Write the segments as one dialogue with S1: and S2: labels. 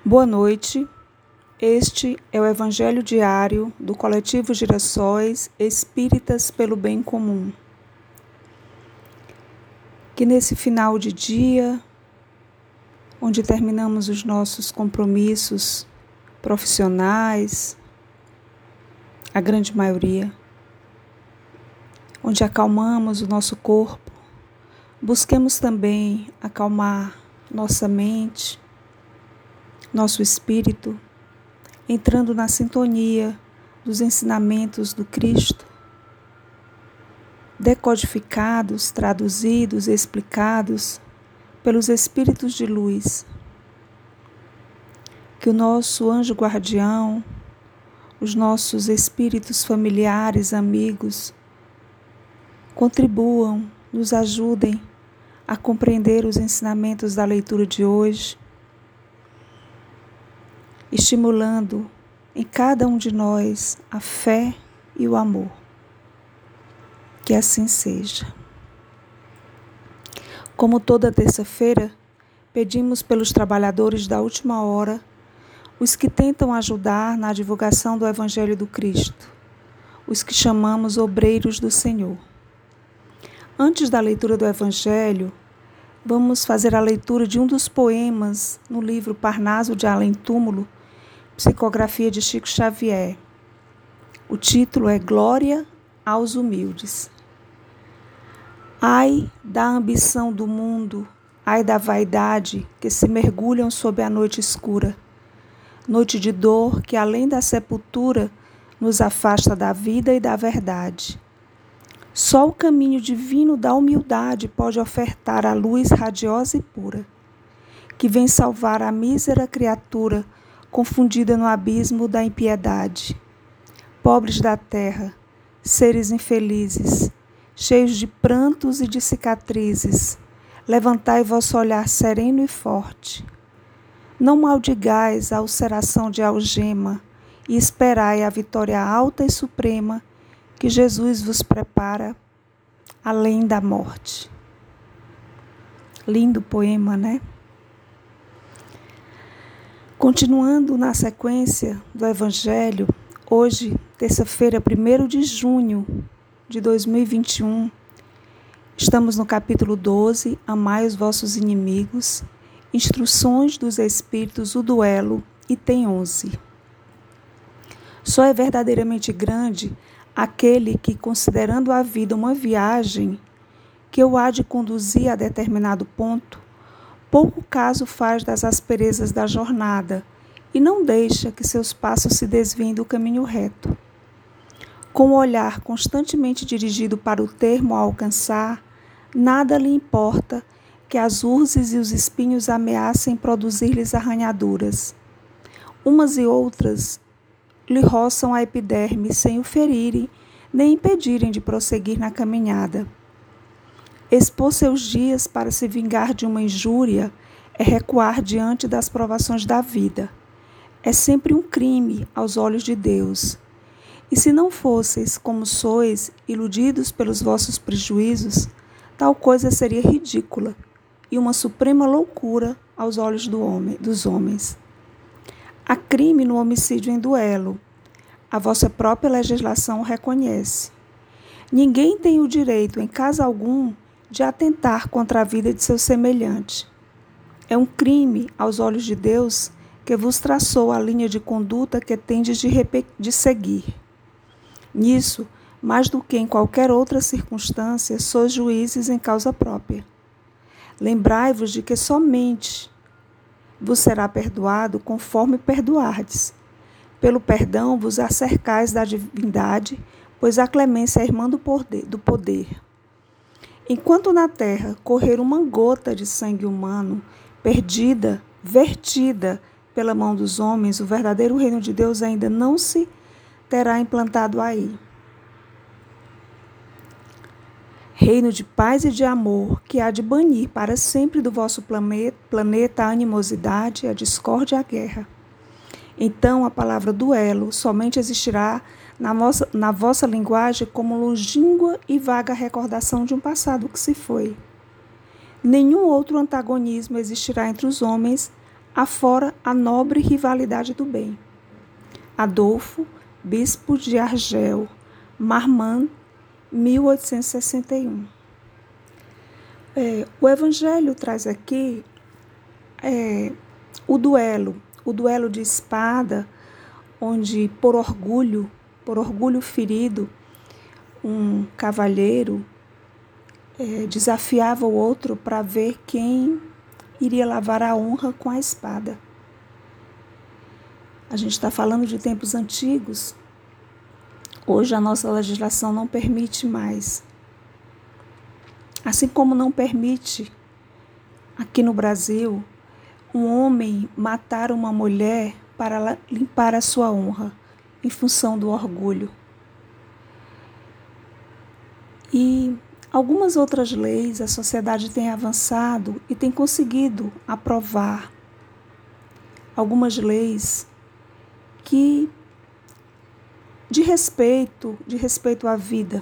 S1: Boa noite, este é o Evangelho Diário do Coletivo Girassóis Espíritas pelo Bem Comum. Que nesse final de dia, onde terminamos os nossos compromissos profissionais, a grande maioria, onde acalmamos o nosso corpo, busquemos também acalmar nossa mente, nosso espírito, entrando na sintonia dos ensinamentos do Cristo, decodificados, traduzidos e explicados pelos Espíritos de luz. Que o nosso anjo guardião, os nossos espíritos familiares, amigos, contribuam, nos ajudem a compreender os ensinamentos da leitura de hoje, estimulando em cada um de nós a fé e o amor. Que assim seja. Como toda terça-feira, pedimos pelos trabalhadores da última hora, os que tentam ajudar na divulgação do Evangelho do Cristo, os que chamamos obreiros do Senhor. Antes da leitura do Evangelho, vamos fazer a leitura de um dos poemas no livro Parnaso de Além Túmulo, psicografia de Chico Xavier. O título é Glória aos Humildes. Ai da ambição do mundo, ai da vaidade que se mergulham sob a noite escura, noite de dor que além da sepultura nos afasta da vida e da verdade. Só o caminho divino da humildade pode ofertar a luz radiosa e pura, que vem salvar a mísera criatura confundida no abismo da impiedade. Pobres da terra, seres infelizes, cheios de prantos e de cicatrizes, levantai vosso olhar sereno e forte. Não maldigais a ulceração de algema e esperai a vitória alta e suprema que Jesus vos prepara além da morte. Lindo poema, né? Continuando na sequência do Evangelho, hoje, terça-feira, 1º de junho de 2021, estamos no capítulo 12, Amai os vossos inimigos, Instruções dos Espíritos, o duelo, item 11. Só é verdadeiramente grande aquele que, considerando a vida uma viagem que o há de conduzir a determinado ponto, pouco caso faz das asperezas da jornada e não deixa que seus passos se desviem do caminho reto. Com o olhar constantemente dirigido para o termo a alcançar, nada lhe importa que as urzes e os espinhos ameacem produzir-lhes arranhaduras. Umas e outras lhe roçam a epiderme sem o ferirem, nem impedirem de prosseguir na caminhada. Expor seus dias para se vingar de uma injúria é recuar diante das provações da vida. É sempre um crime aos olhos de Deus. E se não fosseis como sois, iludidos pelos vossos prejuízos, tal coisa seria ridícula e uma suprema loucura aos olhos dos homens. Há crime no homicídio em duelo. A vossa própria legislação o reconhece. Ninguém tem o direito, em caso algum, de atentar contra a vida de seu semelhante. É um crime, aos olhos de Deus, que vos traçou a linha de conduta que tendes de seguir. Nisso, mais do que em qualquer outra circunstância, sois juízes em causa própria. Lembrai-vos de que somente vos será perdoado conforme perdoardes. Pelo perdão vos acercais da divindade, pois a clemência é irmã do poder. Enquanto na terra correr uma gota de sangue humano, perdida, vertida pela mão dos homens, o verdadeiro reino de Deus ainda não se terá implantado aí. Reino de paz e de amor, que há de banir para sempre do vosso planeta a animosidade, a discórdia e a guerra. Então a palavra duelo somente existirá na vossa linguagem como longínqua e vaga recordação de um passado que se foi. Nenhum outro antagonismo existirá entre os homens, afora a nobre rivalidade do bem. Adolfo, bispo de Argel, Marmande, 1861. O Evangelho traz aqui o duelo de espada, onde por orgulho ferido, um cavalheiro desafiava o outro para ver quem iria lavar a honra com a espada. A gente está falando de tempos antigos. Hoje a nossa legislação não permite mais. Assim como não permite, aqui no Brasil, um homem matar uma mulher para limpar a sua honra, em função do orgulho. E algumas outras leis a sociedade tem avançado e tem conseguido aprovar. Algumas leis que de respeito à vida.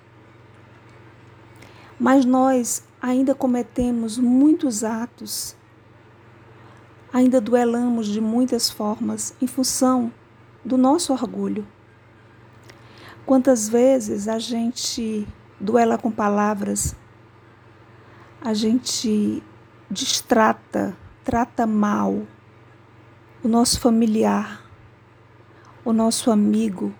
S1: Mas nós ainda cometemos muitos atos, ainda duelamos de muitas formas em função do nosso orgulho. Quantas vezes a gente duela com palavras, a gente trata mal o nosso familiar, o nosso amigo,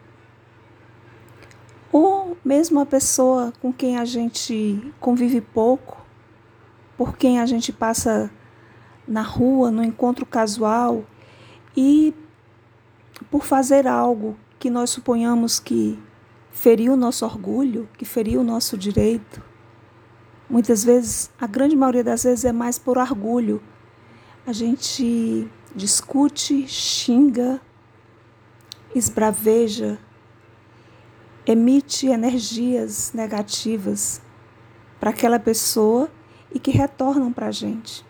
S1: ou mesmo a pessoa com quem a gente convive pouco, por quem a gente passa na rua, no encontro casual, e por fazer algo que nós suponhamos que feriu o nosso orgulho, que feriu o nosso direito. Muitas vezes, a grande maioria das vezes é mais por orgulho. A gente discute, xinga, esbraveja, emite energias negativas para aquela pessoa e que retornam para a gente.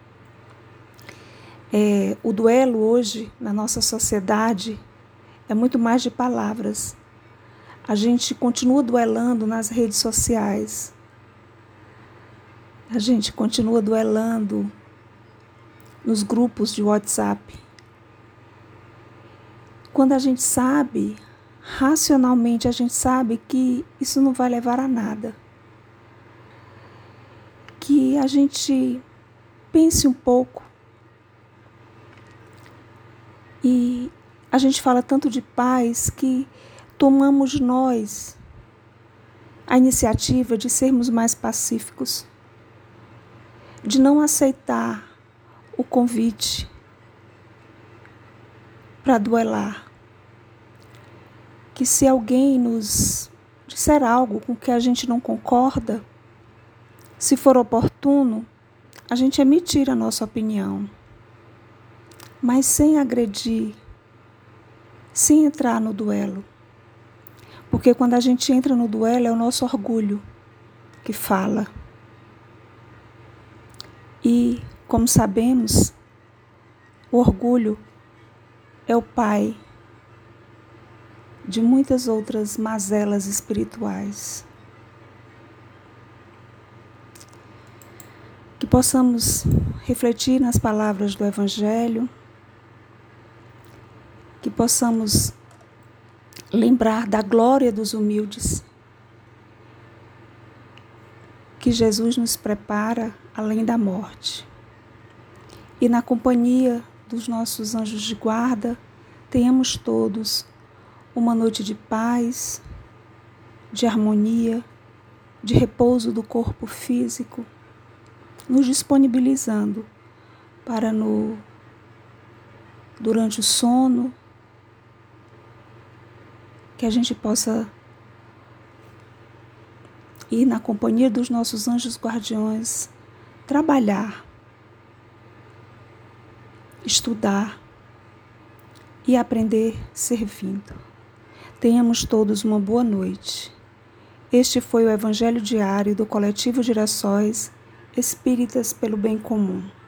S1: O duelo hoje, na nossa sociedade, é muito mais de palavras. A gente continua duelando nas redes sociais. A gente continua duelando nos grupos de WhatsApp. Quando a gente sabe, racionalmente a gente sabe que isso não vai levar a nada. Que a gente pense um pouco. E a gente fala tanto de paz que tomamos nós a iniciativa de sermos mais pacíficos, de não aceitar o convite para duelar. Que se alguém nos disser algo com que a gente não concorda, se for oportuno, a gente emitir a nossa opinião, mas sem agredir, sem entrar no duelo. Porque quando a gente entra no duelo é o nosso orgulho que fala. E, como sabemos, o orgulho é o pai de muitas outras mazelas espirituais. Que possamos refletir nas palavras do Evangelho, que possamos lembrar da glória dos humildes, que Jesus nos prepara além da morte. E na companhia dos nossos anjos de guarda, tenhamos todos uma noite de paz, de harmonia, de repouso do corpo físico, nos disponibilizando para durante o sono, que a gente possa ir na companhia dos nossos anjos guardiões, trabalhar, estudar e aprender servindo. Tenhamos todos uma boa noite. Este foi o Evangelho Diário do Coletivo Girassóis Espíritas pelo Bem Comum.